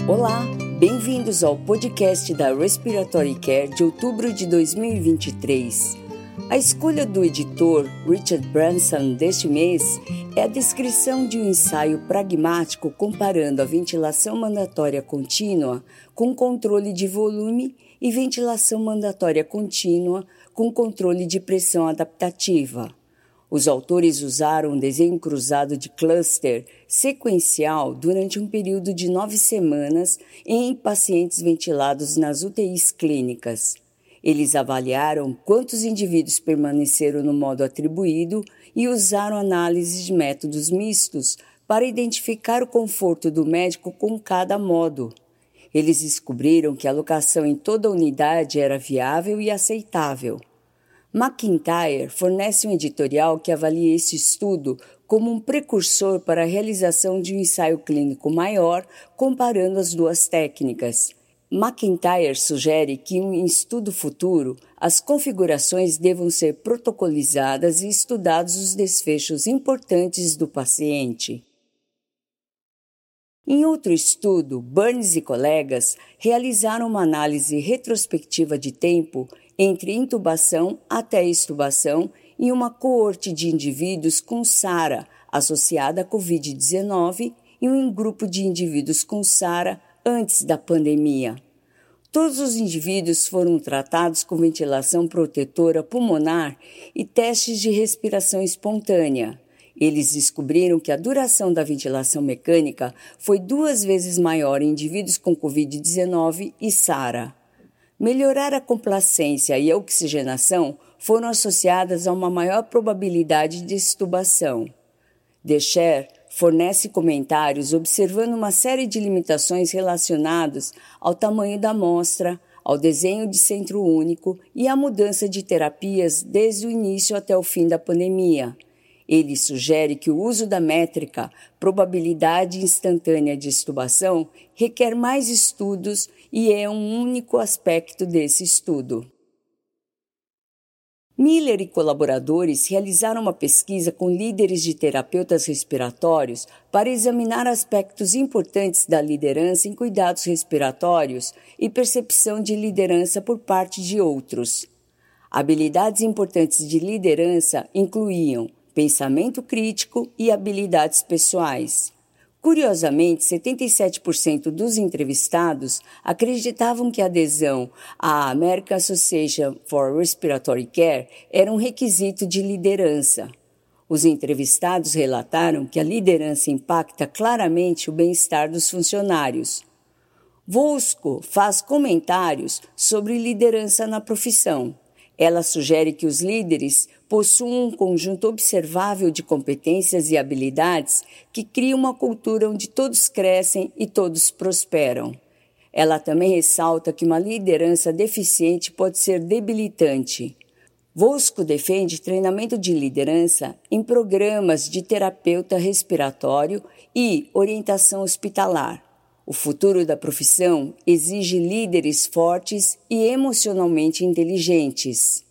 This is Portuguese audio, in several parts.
Olá, bem-vindos ao podcast da Respiratory Care de outubro de 2023. A escolha do editor Richard Branson deste mês é a descrição de um ensaio pragmático comparando a ventilação mandatória contínua com controle de volume e ventilação mandatória contínua com controle de pressão adaptativa. Os autores usaram um desenho cruzado de cluster sequencial durante um período de 9 semanas em pacientes ventilados nas UTIs clínicas. Eles avaliaram quantos indivíduos permaneceram no modo atribuído e usaram análises de métodos mistos para identificar o conforto do médico com cada modo. Eles descobriram que a alocação em toda a unidade era viável e aceitável. McIntyre fornece um editorial que avalia esse estudo como um precursor para a realização de um ensaio clínico maior, comparando as duas técnicas. McIntyre sugere que em estudo futuro, as configurações devam ser protocolizadas e estudados os desfechos importantes do paciente. Em outro estudo, Burns e colegas realizaram uma análise retrospectiva de tempo entre intubação até extubação em uma coorte de indivíduos com SARA associada à Covid-19 e um grupo de indivíduos com SARA antes da pandemia. Todos os indivíduos foram tratados com ventilação protetora pulmonar e testes de respiração espontânea. Eles descobriram que a duração da ventilação mecânica foi 2 vezes maior em indivíduos com Covid-19 e SARA. Melhorar a complacência e a oxigenação foram associadas a uma maior probabilidade de extubação. Descher fornece comentários observando uma série de limitações relacionadas ao tamanho da amostra, ao desenho de centro único e à mudança de terapias desde o início até o fim da pandemia. Ele sugere que o uso da métrica probabilidade instantânea de extubação requer mais estudos e é um único aspecto desse estudo. Miller e colaboradores realizaram uma pesquisa com líderes de terapeutas respiratórios para examinar aspectos importantes da liderança em cuidados respiratórios e percepção de liderança por parte de outros. Habilidades importantes de liderança incluíam pensamento crítico e habilidades pessoais. Curiosamente, 77% dos entrevistados acreditavam que a adesão à American Association for Respiratory Care era um requisito de liderança. Os entrevistados relataram que a liderança impacta claramente o bem-estar dos funcionários. Vosko faz comentários sobre liderança na profissão. Ela sugere que os líderes possuam um conjunto observável de competências e habilidades que cria uma cultura onde todos crescem e todos prosperam. Ela também ressalta que uma liderança deficiente pode ser debilitante. Vosko defende treinamento de liderança em programas de terapeuta respiratório e orientação hospitalar. O futuro da profissão exige líderes fortes e emocionalmente inteligentes.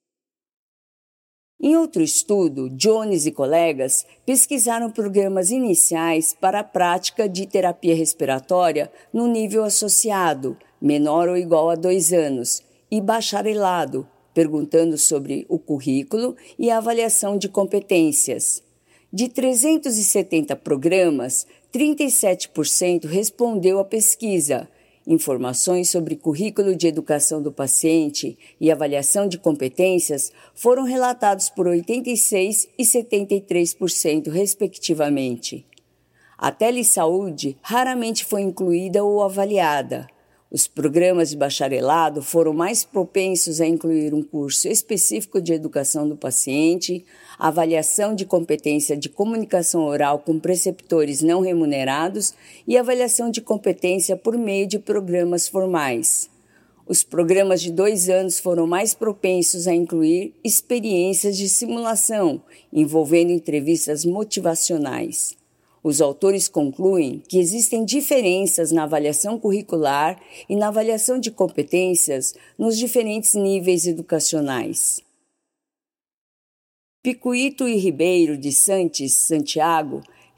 Em outro estudo, Jones e colegas pesquisaram programas iniciais para a prática de terapia respiratória no nível associado, menor ou igual a 2 anos, e bacharelado, perguntando sobre o currículo e a avaliação de competências. De 370 programas, 37% respondeu à pesquisa. Informações sobre currículo de educação do paciente e avaliação de competências foram relatados por 86% e 73%, respectivamente. A telesaúde raramente foi incluída ou avaliada. Os programas de bacharelado foram mais propensos a incluir um curso específico de educação do paciente, avaliação de competência de comunicação oral com preceptores não remunerados e avaliação de competência por meio de programas formais. Os programas de 2 anos foram mais propensos a incluir experiências de simulação, envolvendo entrevistas motivacionais. Os autores concluem que existem diferenças na avaliação curricular e na avaliação de competências nos diferentes níveis educacionais. Picuito e Ribeiro de Santos, Santiago,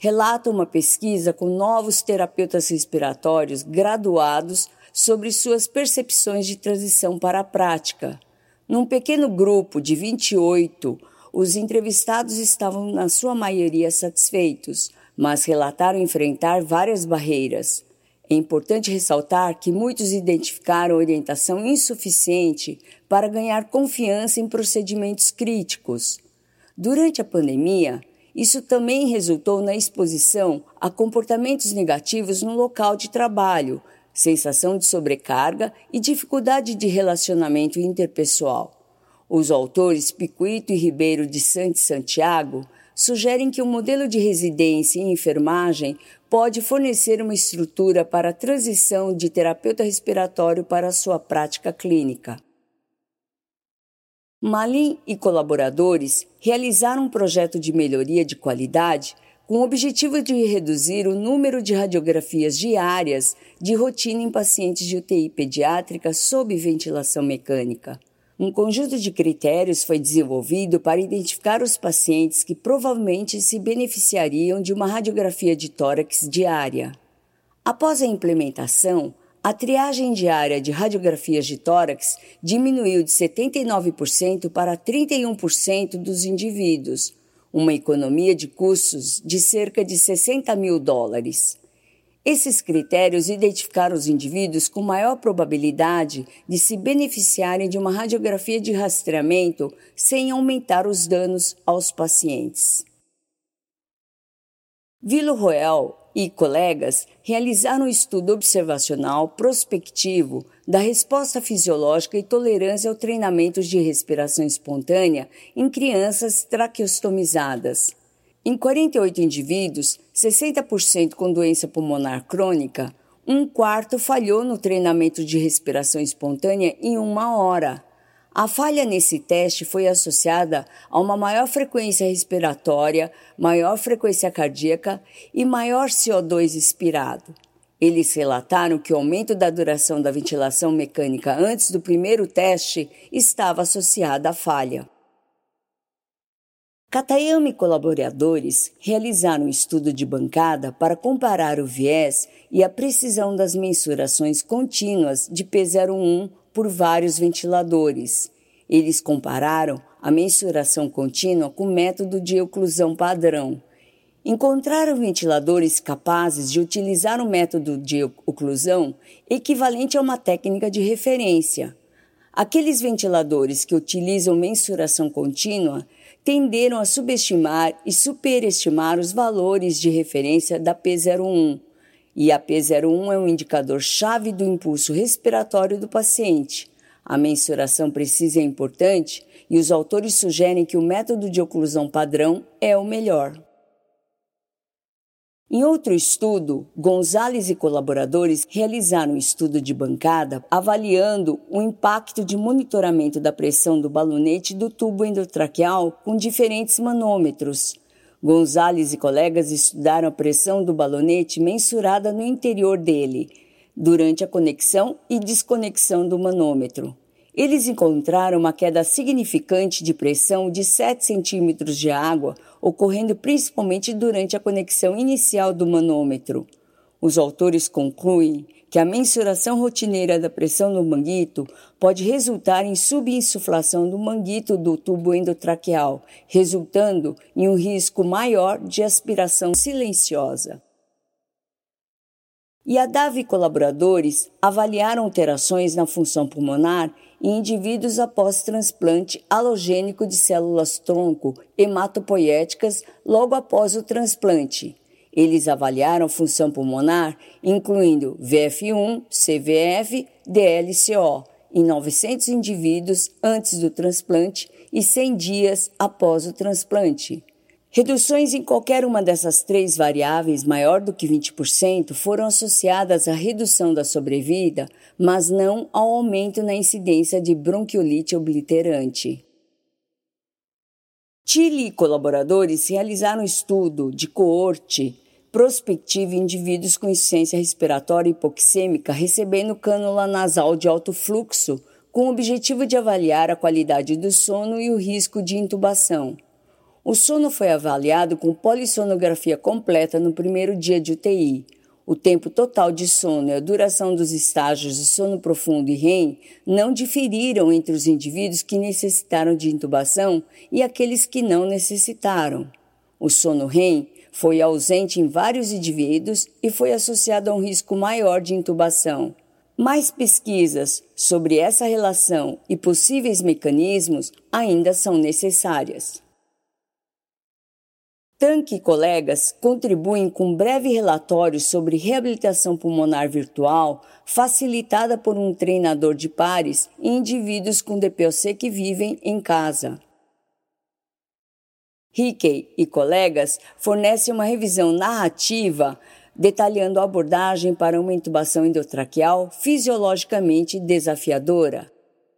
relata uma pesquisa com novos terapeutas respiratórios graduados sobre suas percepções de transição para a prática. Num pequeno grupo de 28, os entrevistados estavam, na sua maioria, satisfeitos, mas relataram enfrentar várias barreiras. É importante ressaltar que muitos identificaram orientação insuficiente para ganhar confiança em procedimentos críticos. Durante a pandemia, isso também resultou na exposição a comportamentos negativos no local de trabalho, sensação de sobrecarga e dificuldade de relacionamento interpessoal. Os autores Picuito e Ribeiro de Santiago sugerem que o modelo de residência em enfermagem pode fornecer uma estrutura para a transição de terapeuta respiratório para a sua prática clínica. Malin e colaboradores realizaram um projeto de melhoria de qualidade com o objetivo de reduzir o número de radiografias diárias de rotina em pacientes de UTI pediátrica sob ventilação mecânica. Um conjunto de critérios foi desenvolvido para identificar os pacientes que provavelmente se beneficiariam de uma radiografia de tórax diária. Após a implementação, a triagem diária de radiografias de tórax diminuiu de 79% para 31% dos indivíduos, uma economia de custos de cerca de $60 mil. Esses critérios identificaram os indivíduos com maior probabilidade de se beneficiarem de uma radiografia de rastreamento sem aumentar os danos aos pacientes. Villarroel e colegas realizaram um estudo observacional prospectivo da resposta fisiológica e tolerância ao treinamento de respiração espontânea em crianças traqueostomizadas. Em 48 indivíduos, 60% com doença pulmonar crônica, um quarto falhou no treinamento de respiração espontânea em 1 hora. A falha nesse teste foi associada a uma maior frequência respiratória, maior frequência cardíaca e maior CO2 expirado. Eles relataram que o aumento da duração da ventilação mecânica antes do primeiro teste estava associado à falha. Katayama e colaboradores realizaram um estudo de bancada para comparar o viés e a precisão das mensurações contínuas de P01 por vários ventiladores. Eles compararam a mensuração contínua com o método de oclusão padrão. Encontraram ventiladores capazes de utilizar um método de oclusão equivalente a uma técnica de referência. Aqueles ventiladores que utilizam mensuração contínua tenderam a subestimar e superestimar os valores de referência da P01, e a P01 é um indicador-chave do impulso respiratório do paciente. A mensuração precisa é importante e os autores sugerem que o método de oclusão padrão é o melhor. Em outro estudo, Gonzalez e colaboradores realizaram um estudo de bancada avaliando o impacto de monitoramento da pressão do balonete do tubo endotraqueal com diferentes manômetros. Gonzalez e colegas estudaram a pressão do balonete mensurada no interior dele, durante a conexão e desconexão do manômetro. Eles encontraram uma queda significante de pressão de 7 centímetros de água, ocorrendo principalmente durante a conexão inicial do manômetro. Os autores concluem que a mensuração rotineira da pressão no manguito pode resultar em subinsuflação do manguito do tubo endotraqueal, resultando em um risco maior de aspiração silenciosa. Yadav e colaboradores avaliaram alterações na função pulmonar em indivíduos após transplante alogênico de células-tronco hematopoéticas logo após o transplante. Eles avaliaram função pulmonar, incluindo VF1, CVF, DLCO, em 900 indivíduos antes do transplante e 100 dias após o transplante. Reduções em qualquer uma dessas 3 variáveis maior do que 20% foram associadas à redução da sobrevida, mas não ao aumento na incidência de bronquiolite obliterante. Tilly e colaboradores realizaram um estudo de coorte prospectivo em indivíduos com insuficiência respiratória hipoxêmica recebendo cânula nasal de alto fluxo, com o objetivo de avaliar a qualidade do sono e o risco de intubação. O sono foi avaliado com polissonografia completa no primeiro dia de UTI. O tempo total de sono e a duração dos estágios de sono profundo e REM não diferiram entre os indivíduos que necessitaram de intubação e aqueles que não necessitaram. O sono REM foi ausente em vários indivíduos e foi associado a um risco maior de intubação. Mais pesquisas sobre essa relação e possíveis mecanismos ainda são necessárias. Tanque e colegas contribuem com um breve relatório sobre reabilitação pulmonar virtual facilitada por um treinador de pares em indivíduos com DPOC que vivem em casa. Hickey e colegas fornecem uma revisão narrativa detalhando a abordagem para uma intubação endotraqueal fisiologicamente desafiadora.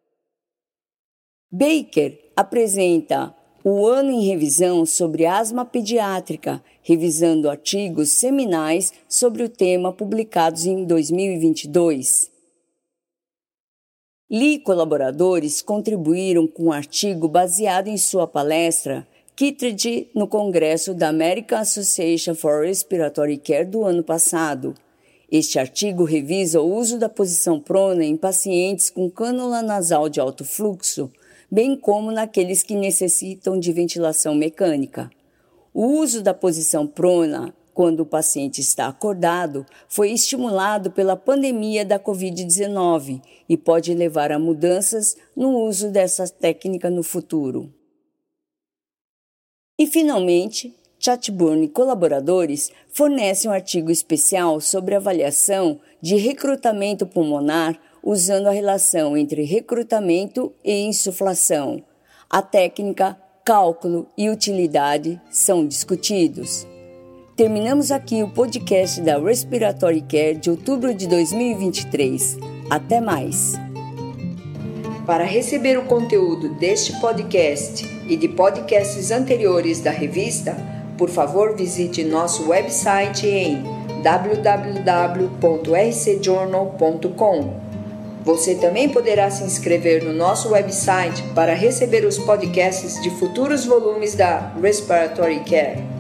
Baker apresenta o ano em revisão sobre asma pediátrica, revisando artigos seminais sobre o tema publicados em 2022. Lee e colaboradores contribuíram com um artigo baseado em sua palestra Kittredge no Congresso da American Association for Respiratory Care do ano passado. Este artigo revisa o uso da posição prona em pacientes com cânula nasal de alto fluxo, bem como naqueles que necessitam de ventilação mecânica. O uso da posição prona, quando o paciente está acordado, foi estimulado pela pandemia da Covid-19 e pode levar a mudanças no uso dessa técnica no futuro. E, finalmente, Chatburn e colaboradores fornecem um artigo especial sobre avaliação de recrutamento pulmonar usando a relação entre recrutamento e insuflação. A técnica, cálculo e utilidade são discutidos. Terminamos aqui o podcast da Respiratory Care de outubro de 2023. Até mais! Para receber o conteúdo deste podcast e de podcasts anteriores da revista, por favor visite nosso website em www.rcjournal.com. Você também poderá se inscrever no nosso website para receber os podcasts de futuros volumes da Respiratory Care.